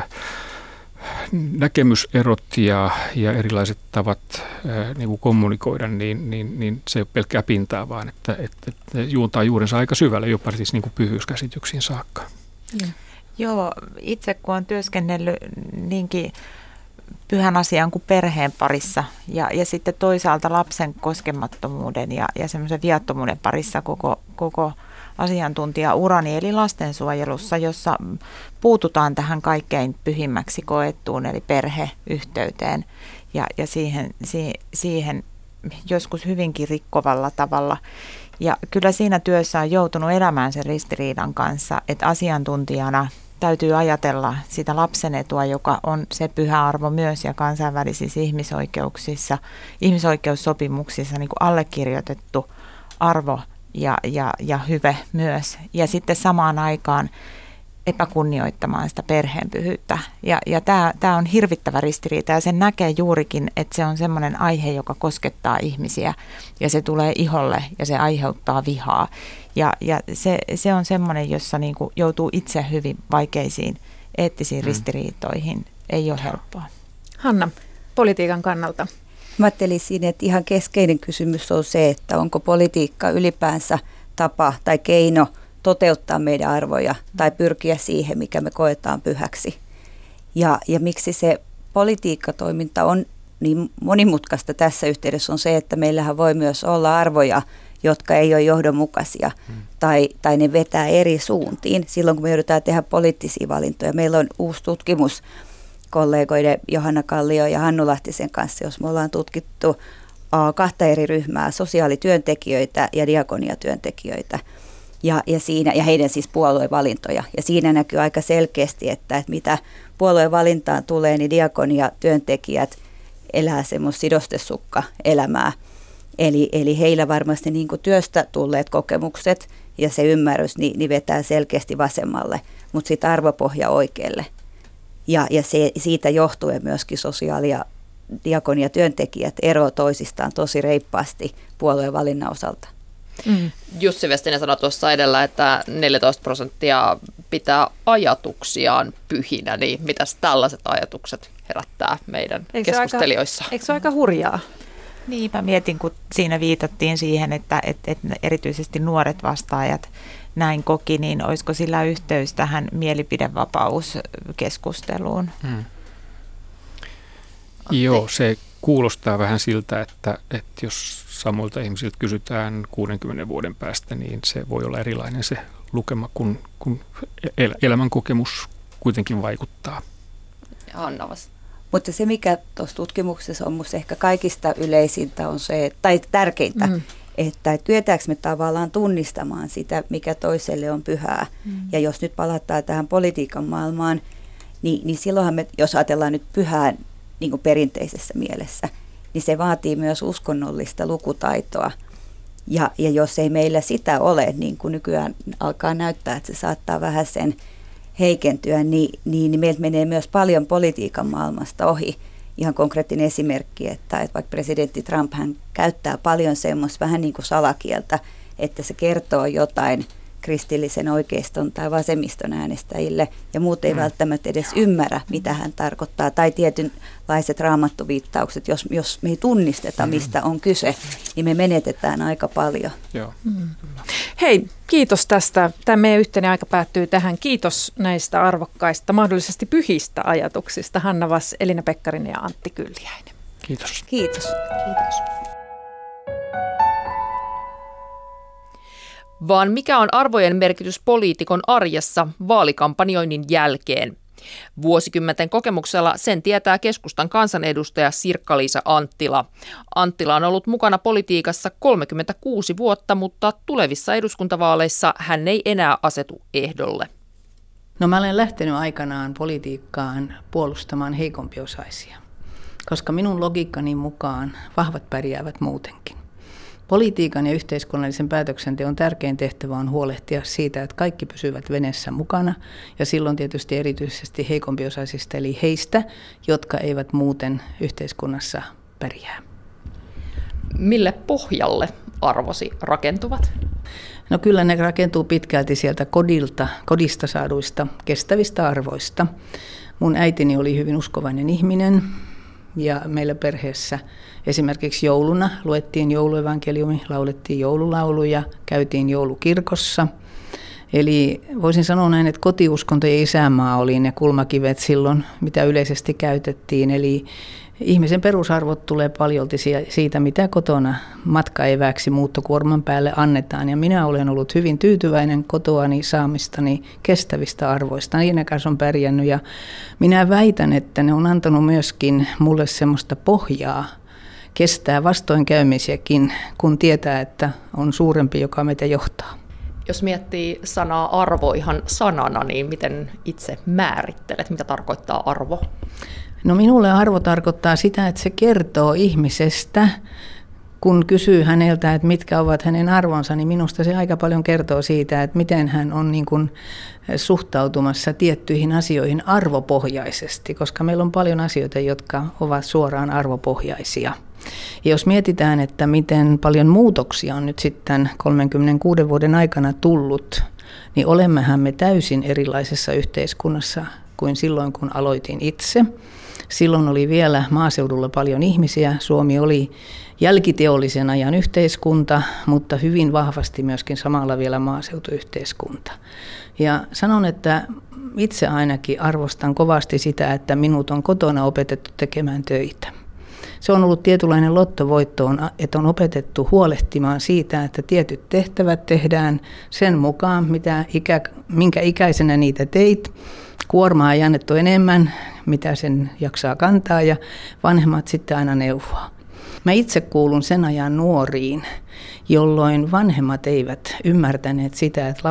näkemyserot ja erilaiset tavat niin kuin kommunikoida, niin se ei ole pelkkää pintaa, vaan että juontaa juurensa aika syvälle, jopa siis niin kuin pyhyyskäsityksiin saakka. Joo, itse kun olen työskennellyt niinkin pyhän asian kuin perheen parissa ja sitten toisaalta lapsen koskemattomuuden ja semmoisen viattomuuden parissa koko asiantuntijaurani, eli lastensuojelussa, jossa puututaan tähän kaikkein pyhimmäksi koettuun, eli perheyhteyteen ja siihen joskus hyvinkin rikkovalla tavalla. Ja kyllä siinä työssä on joutunut elämään sen ristiriidan kanssa, että asiantuntijana täytyy ajatella sitä lapsen etua, joka on se pyhä arvo myös ja kansainvälisissä ihmisoikeussopimuksissa niin kuin allekirjoitettu arvo ja hyve myös. Ja sitten samaan aikaan epäkunnioittamaan sitä perheen pyhyyttä. Ja tämä on hirvittävä ristiriita ja sen näkee juurikin, että se on semmoinen aihe, joka koskettaa ihmisiä ja se tulee iholle ja se aiheuttaa vihaa. Ja se on semmoinen, jossa niin kuin joutuu itse hyvin vaikeisiin eettisiin ristiriitoihin. Ei ole helppoa. Hanna, politiikan kannalta. Mä ajattelisin, että ihan keskeinen kysymys on se, että onko politiikka ylipäänsä tapa tai keino toteuttaa meidän arvoja tai pyrkiä siihen, mikä me koetaan pyhäksi. Ja miksi se politiikkatoiminta on niin monimutkaista tässä yhteydessä on se, että meillähän voi myös olla arvoja, jotka ei ole johdonmukaisia tai ne vetää eri suuntiin silloin, kun me joudutaan tehdä poliittisia valintoja. Meillä on uusi tutkimus kollegoiden Johanna Kallio ja Hannu Lahtisen kanssa, jos me ollaan tutkittu kahta eri ryhmää, sosiaalityöntekijöitä ja diakoniatyöntekijöitä ja heidän siis puoluevalintoja. Ja siinä näkyy aika selkeästi, että mitä puoluevalintaan tulee, niin diakoniatyöntekijät elää semmoista sidostesukka-elämää. Eli heillä varmasti niin kuin työstä tulleet kokemukset ja se ymmärrys niin vetää selkeästi vasemmalle, mutta sitten arvopohja oikealle. Ja siitä johtuen myöskin sosiaali- ja diakoniatyöntekijät eroavat toisistaan tosi reippaasti puolueen valinnan osalta. Jussi Vestinen sanoi tuossa edellä, että 14% pitää ajatuksiaan pyhinä, niin mitäs tällaiset ajatukset herättää meidän keskustelijoissa? Eikö se ole aika hurjaa? Niin, mä mietin, kun siinä viitattiin siihen, että erityisesti nuoret vastaajat näin koki, niin olisiko sillä yhteys tähän mielipidevapauskeskusteluun? Joo, se kuulostaa vähän siltä, että jos samoilta ihmisiltä kysytään 60 vuoden päästä, niin se voi olla erilainen se lukema, kun elämänkokemus kuitenkin vaikuttaa. Hanna Vass. Mutta se, mikä tuossa tutkimuksessa on minusta ehkä kaikista yleisintä on se, tai tärkeintä, että kyetäänkö me tavallaan tunnistamaan sitä, mikä toiselle on pyhää. Ja jos nyt palataan tähän politiikan maailmaan, niin silloinhan me, jos ajatellaan nyt pyhää niin kuin perinteisessä mielessä, niin se vaatii myös uskonnollista lukutaitoa. Ja jos ei meillä sitä ole, niin kuin nykyään alkaa näyttää, että se saattaa vähän sen heikentyä, niin meiltä menee myös paljon politiikan maailmasta ohi. Ihan konkreettinen esimerkki, että vaikka presidentti Trump hän käyttää paljon semmoista vähän niin kuin salakieltä, että se kertoo jotain kristillisen oikeiston tai vasemmiston äänestäjille, ja muut ei välttämättä edes ymmärrä, mitä hän tarkoittaa, tai tietynlaiset raamattuviittaukset, jos me ei tunnisteta, mistä on kyse, niin me menetetään aika paljon. Joo. Hei, kiitos tästä. Tämä meidän yhteinen aika päättyy tähän. Kiitos näistä arvokkaista, mahdollisesti pyhistä ajatuksista, Hanna Vass, Elina Pekkarinen ja Antti Kylliäinen. Kiitos. Kiitos. Kiitos. Vaan mikä on arvojen merkitys poliitikon arjessa vaalikampanjoinnin jälkeen? Vuosikymmenten kokemuksella sen tietää keskustan kansanedustaja Sirkka-Liisa Anttila. Anttila on ollut mukana politiikassa 36 vuotta, mutta tulevissa eduskuntavaaleissa hän ei enää asetu ehdolle. No mä olen lähtenyt aikanaan politiikkaan puolustamaan heikompiosaisia, koska minun logiikkani mukaan vahvat pärjäävät muutenkin. Politiikan ja yhteiskunnallisen päätöksenteon tärkein tehtävä on huolehtia siitä, että kaikki pysyvät veneessä mukana, ja silloin tietysti erityisesti heikompiosaisista, eli heistä, jotka eivät muuten yhteiskunnassa pärjää. Mille pohjalle arvosi rakentuvat? No kyllä ne rakentuu pitkälti sieltä kodista saaduista kestävistä arvoista. Mun äitini oli hyvin uskovainen ihminen. Ja meillä perheessä esimerkiksi jouluna luettiin jouluevankeliumi, laulettiin joululauluja, käytiin joulukirkossa. Eli voisin sanoa näin, että kotiuskonto ja isänmaa oli ne kulmakivet silloin, mitä yleisesti käytettiin. Eli ihmisen perusarvot tulee paljolti siitä, mitä kotona matkaeväksi muuttokuorman päälle annetaan. Ja minä olen ollut hyvin tyytyväinen kotoani saamistani kestävistä arvoista. Niiden kanssa on pärjännyt, ja minä väitän, että ne on antanut myöskin mulle semmoista pohjaa kestää vastoinkäymisiäkin, kun tietää, että on suurempi, joka meitä johtaa. Jos miettii sanaa arvo ihan sanana, niin miten itse määrittelet, mitä tarkoittaa arvo? No minulle arvo tarkoittaa sitä, että se kertoo ihmisestä. Kun kysyy häneltä, että mitkä ovat hänen arvonsa, niin minusta se aika paljon kertoo siitä, että miten hän on niin kuin suhtautumassa tiettyihin asioihin arvopohjaisesti, koska meillä on paljon asioita, jotka ovat suoraan arvopohjaisia. Ja jos mietitään, että miten paljon muutoksia on nyt sitten 36 vuoden aikana tullut, niin olemmehan me täysin erilaisessa yhteiskunnassa kuin silloin, kun aloitin itse. Silloin oli vielä maaseudulla paljon ihmisiä. Suomi oli jälkiteollisen ajan yhteiskunta, mutta hyvin vahvasti myöskin samalla vielä maaseutuyhteiskunta. Ja sanon, että itse ainakin arvostan kovasti sitä, että minut on kotona opetettu tekemään töitä. Se on ollut tietynlainen lottovoitto, että on opetettu huolehtimaan siitä, että tietyt tehtävät tehdään sen mukaan, minkä ikäisenä niitä teit. Kuormaa ei annettu enemmän, mitä sen jaksaa kantaa, ja vanhemmat sitten aina neuvoa. Mä itse kuulun sen ajan nuoriin, jolloin vanhemmat eivät ymmärtäneet sitä, että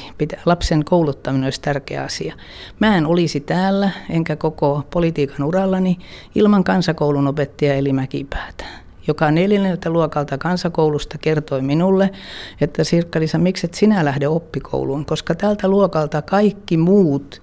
lapsen kouluttaminen olisi tärkeä asia. Mä en olisi täällä, enkä koko politiikan urallani, ilman kansakoulun opettaja eli Mäkipäätä, joka 4. luokalta kansakoulusta kertoi minulle, että Sirkka-Liisa, miksi et sinä lähde oppikouluun, koska tältä luokalta kaikki muut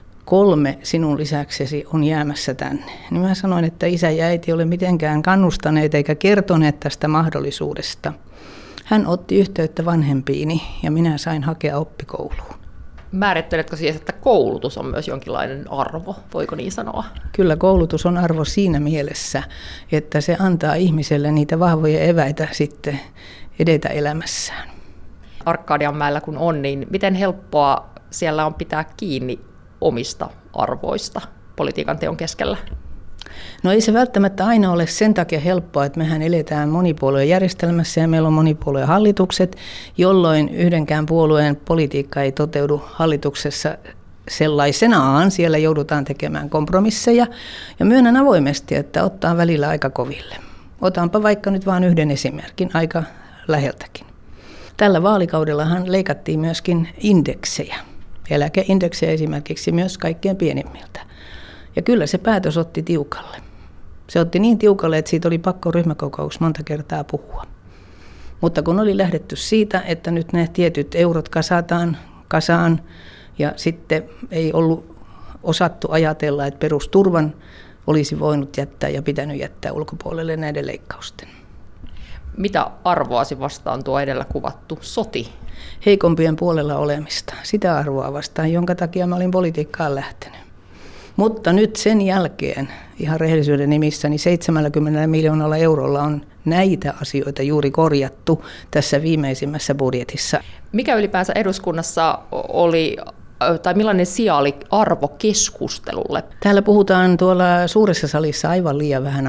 3 sinun lisäksesi on jäämässä tänne. Niin mä sanoin, että isä ja äiti ei ole mitenkään kannustaneet eikä kertoneet tästä mahdollisuudesta. Hän otti yhteyttä vanhempiini ja minä sain hakea oppikouluun. Määritteletkö siis, että koulutus on myös jonkinlainen arvo, voiko niin sanoa? Kyllä koulutus on arvo siinä mielessä, että se antaa ihmiselle niitä vahvoja eväitä sitten edetä elämässään. Arkadianmäellä kun on, niin miten helppoa siellä on pitää kiinni omista arvoista politiikan teon keskellä? No ei se välttämättä aina ole sen takia helppoa, että mehän eletään monipuoluejärjestelmässä ja meillä on monipuoluehallitukset, jolloin yhdenkään puolueen politiikka ei toteudu hallituksessa sellaisenaan. Siellä joudutaan tekemään kompromisseja ja myönnän avoimesti, että ottaa välillä aika koville. Otanpa vaikka nyt vain yhden esimerkin aika läheltäkin. Tällä vaalikaudellahan leikattiin myöskin indeksejä, eläkeindeksejä esimerkiksi myös kaikkein pienimmiltä. Ja kyllä se päätös otti tiukalle. Se otti niin tiukalle, että siitä oli pakko ryhmäkokouksessa monta kertaa puhua. Mutta kun oli lähdetty siitä, että nyt ne tietyt eurot kasataan kasaan ja sitten ei ollut osattu ajatella, että perusturvan olisi voinut jättää ja pitänyt jättää ulkopuolelle näiden leikkausten. Mitä arvoasi vastaan tuo edellä kuvattu soti? Heikompien puolella olemista. Sitä arvoa vastaan, jonka takia mä olin politiikkaan lähtenyt. Mutta nyt sen jälkeen, ihan rehellisyyden nimissä, niin 70 miljoonalla eurolla on näitä asioita juuri korjattu tässä viimeisimmässä budjetissa. Mikä ylipäänsä eduskunnassa oli, tai millainen sija oli arvokeskustelulle? Täällä puhutaan tuolla suuressa salissa aivan liian vähän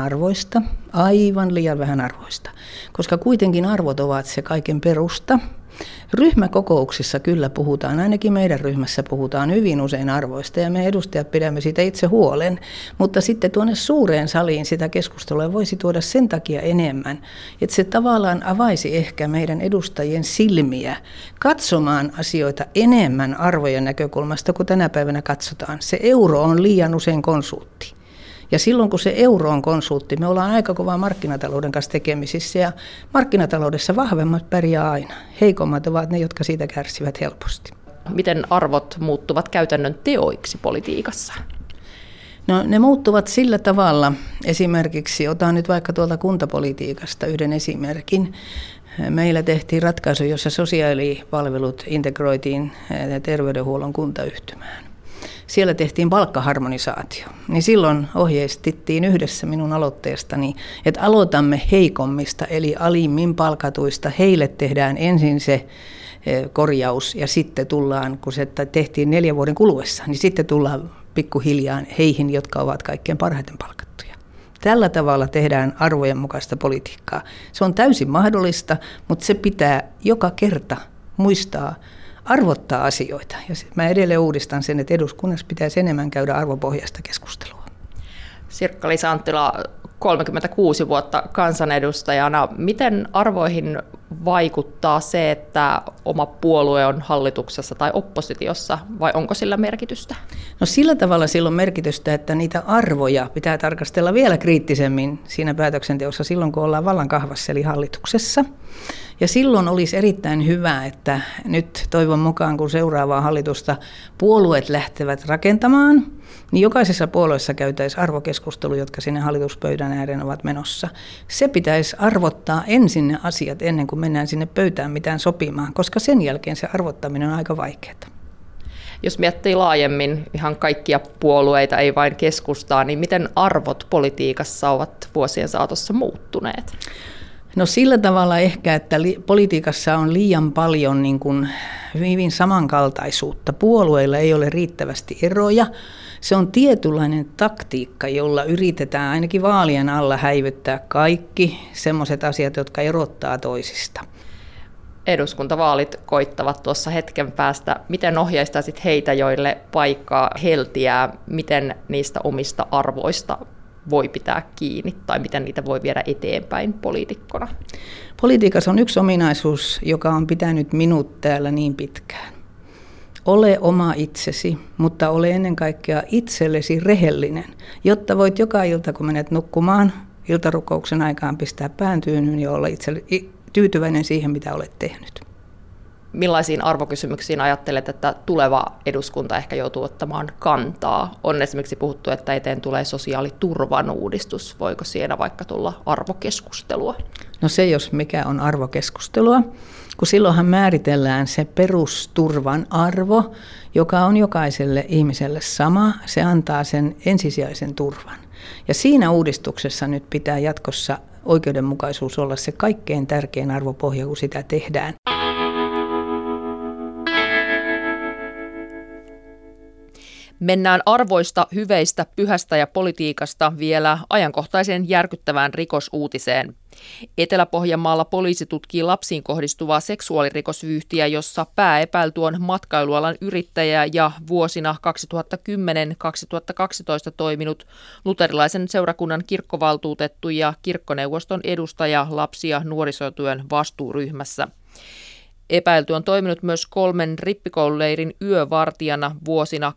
arvoista, koska kuitenkin arvot ovat se kaiken perusta. Ryhmäkokouksissa kyllä puhutaan, ainakin meidän ryhmässä puhutaan hyvin usein arvoista ja me edustajat pidämme siitä itse huolen, mutta sitten tuonne suureen saliin sitä keskustelua voisi tuoda sen takia enemmän, että se tavallaan avaisi ehkä meidän edustajien silmiä katsomaan asioita enemmän arvojen näkökulmasta kuin tänä päivänä katsotaan. Se euro on liian usein konsultti. Ja silloin kun se euro on konsultti, me ollaan aika kovaa markkinatalouden kanssa tekemisissä ja markkinataloudessa vahvemmat pärjää aina. Heikommat ovat ne, jotka siitä kärsivät helposti. Miten arvot muuttuvat käytännön teoiksi politiikassa? No ne muuttuvat sillä tavalla, esimerkiksi otan nyt vaikka tuolta kuntapolitiikasta yhden esimerkin. Meillä tehtiin ratkaisu, jossa sosiaalipalvelut integroitiin terveydenhuollon kuntayhtymään. Siellä tehtiin palkkaharmonisaatio, niin silloin ohjeistettiin yhdessä minun aloitteestani, että aloitamme heikommista eli alimmin palkatuista. Heille tehdään ensin se korjaus ja sitten tullaan, kun se tehtiin 4 vuoden kuluessa, niin sitten tullaan pikkuhiljaa heihin, jotka ovat kaikkein parhaiten palkattuja. Tällä tavalla tehdään arvojen mukaista politiikkaa. Se on täysin mahdollista, mutta se pitää joka kerta muistaa arvottaa asioita. Ja mä edelleen uudistan sen, että eduskunnassa pitäisi enemmän käydä arvopohjaista keskustelua. Sirkka-Liisa Anttila, 36 vuotta kansanedustajana. Miten arvoihin vaikuttaa se, että oma puolue on hallituksessa tai oppositiossa, vai onko sillä merkitystä? No sillä tavalla sillä on merkitystä, että niitä arvoja pitää tarkastella vielä kriittisemmin siinä päätöksenteossa silloin, kun ollaan vallan kahvassa eli hallituksessa. Ja silloin olisi erittäin hyvä, että nyt toivon mukaan, kun seuraavaa hallitusta puolueet lähtevät rakentamaan, niin jokaisessa puolueessa käytäisiin arvokeskustelu, jotka sinne hallituspöydän ääreen ovat menossa. Se pitäisi arvottaa ensin ne asiat ennen kuin mennään sinne pöytään mitään sopimaan, koska sen jälkeen se arvottaminen on aika vaikeaa. Jos miettii laajemmin ihan kaikkia puolueita, ei vain keskustaa, niin miten arvot politiikassa ovat vuosien saatossa muuttuneet? No sillä tavalla ehkä, että politiikassa on liian paljon niin kuin hyvin samankaltaisuutta. Puolueilla ei ole riittävästi eroja. Se on tietynlainen taktiikka, jolla yritetään ainakin vaalien alla häivyttää kaikki sellaiset asiat, jotka erottaa toisista. Eduskuntavaalit koittavat tuossa hetken päästä. Miten ohjeistaisit heitä, joille paikkaa heltiää, miten niistä omista arvoista voi pitää kiinni tai miten niitä voi viedä eteenpäin poliitikkona? Politiikassa on yksi ominaisuus, joka on pitänyt minut täällä niin pitkään. Ole oma itsesi, mutta ole ennen kaikkea itsellesi rehellinen, jotta voit joka ilta, kun menet nukkumaan, iltarukouksen aikaan pistää pään tyynyyn ja olla tyytyväinen siihen, mitä olet tehnyt. Millaisiin arvokysymyksiin ajattelet, että tuleva eduskunta ehkä joutuu ottamaan kantaa? On esimerkiksi puhuttu, että eteen tulee sosiaaliturvan uudistus. Voiko siinä vaikka tulla arvokeskustelua? No se, jos mikä on arvokeskustelua, kun silloinhan määritellään se perusturvan arvo, joka on jokaiselle ihmiselle sama. Se antaa sen ensisijaisen turvan. Ja siinä uudistuksessa nyt pitää jatkossa oikeudenmukaisuus olla se kaikkein tärkein arvopohja, kun sitä tehdään. Mennään arvoista, hyveistä, pyhästä ja politiikasta vielä ajankohtaiseen järkyttävään rikosuutiseen. Etelä-Pohjanmaalla poliisi tutkii lapsiin kohdistuvaa seksuaalirikosvyyhtiä, jossa pääepäilty on matkailualan yrittäjä ja vuosina 2010-2012 toiminut luterilaisen seurakunnan kirkkovaltuutettu ja kirkkoneuvoston edustaja lapsi- ja nuorisotyön vastuuryhmässä. Epäilty on toiminut myös 3 rippikoululeirin yövartijana vuosina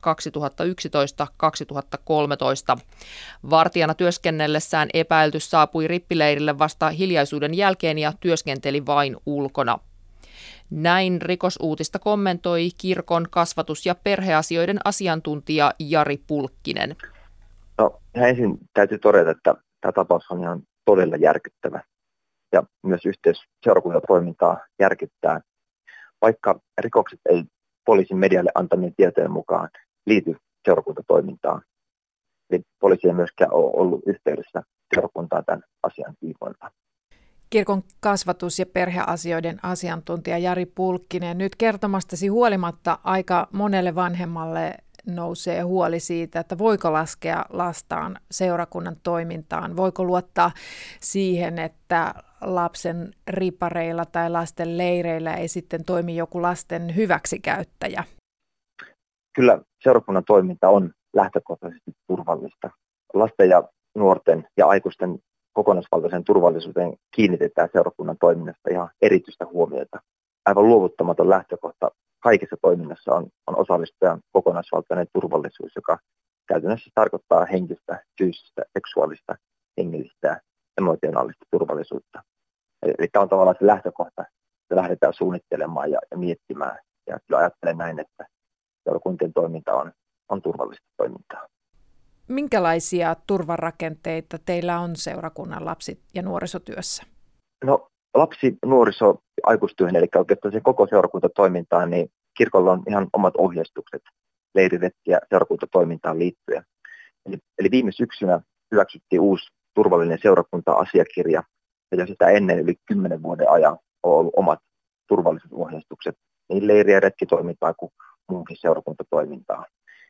2011-2013. Vartijana työskennellessään epäilty saapui rippileirille vasta hiljaisuuden jälkeen ja työskenteli vain ulkona. Näin rikosuutista kommentoi kirkon kasvatus- ja perheasioiden asiantuntija Jari Pulkkinen. No, ensin täytyy todeta, että tämä tapaus on ihan todella järkyttävä ja myös yhteys seurakuntatoimintaa järkyttää. Vaikka rikokset ei poliisin medialle antamien tietojen mukaan liity seurakuntatoimintaan, eli poliisi ei myöskään ole ollut yhteydessä seurakuntaan tämän asian tiimoilta. Kirkon kasvatus- ja perheasioiden asiantuntija Jari Pulkkinen. Nyt kertomastasi huolimatta aika monelle vanhemmalle nousee huoli siitä, että voiko laskea lastaan seurakunnan toimintaan, voiko luottaa siihen, että lapsen ripareilla tai lasten leireillä ei sitten toimi joku lasten hyväksikäyttäjä. Kyllä seurakunnan toiminta on lähtökohtaisesti turvallista. Lasten ja nuorten ja aikuisten kokonaisvaltaisen turvallisuuteen kiinnitetään seurakunnan toiminnasta ihan erityistä huomiota. Aivan luovuttamaton lähtökohta kaikessa toiminnassa on osallistujan kokonaisvaltainen turvallisuus, joka käytännössä tarkoittaa henkistä, fyysistä, seksuaalista, hengellistä ja emotionaalista turvallisuutta. Eli tämä on tavallaan se lähtökohta, että lähdetään suunnittelemaan ja miettimään. Ja kyllä ajattelen näin, että seurakuntien toiminta on turvallista toimintaa. Minkälaisia turvarakenteita teillä on seurakunnan lapsi- ja nuorisotyössä? No lapsi-, nuoriso- aikuistyöhön, eli oikeastaan se koko seurakuntatoimintaan, niin kirkolla on ihan omat ohjeistukset leiriretki- ja seurakuntatoimintaan liittyen. Eli viime syksynä hyväksyttiin uusi turvallinen seurakunta-asiakirja, ja sitä ennen yli 10 vuoden ajan on ollut omat turvallisuusohjeistukset niin leiri- ja retkitoimintaan kuin muunkin seurakuntatoimintaan.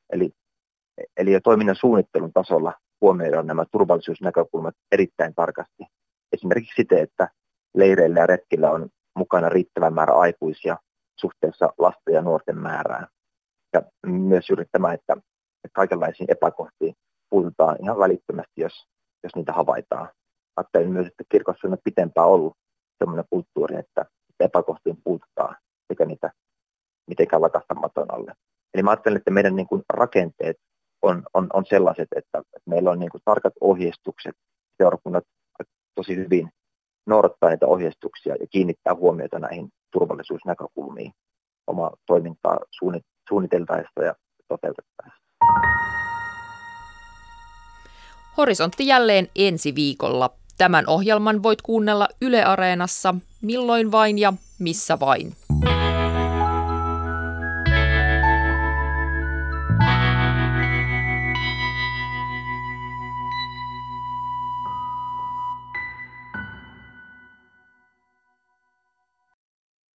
Eli jo toiminnan suunnittelun tasolla huomioidaan nämä turvallisuusnäkökulmat erittäin tarkasti. Esimerkiksi siten, että leireillä ja retkillä on mukana riittävä määrä aikuisia suhteessa lasten ja nuorten määrään. Ja myös juuri tämä, että kaikenlaisiin epäkohtiin puututaan ihan välittömästi, jos niitä havaitaan. Ajattelin myös, että kirkossa on pitempään ollut sellainen kulttuuri, että epäkohtiin puututaan, eikä niitä mitenkään lakasta maton alle. Eli mä ajattelen, että meidän niin kuin rakenteet on sellaiset, että meillä on niin kuin tarkat ohjeistukset, seurakunnat tosi hyvin noudattaa niitä ohjeistuksia ja kiinnittää huomiota näihin turvallisuusnäkökulmiin omaa toimintaa suunniteltaessa ja toteutettaessa. Horisontti jälleen ensi viikolla. Tämän ohjelman voit kuunnella Yle Areenassa milloin vain ja missä vain.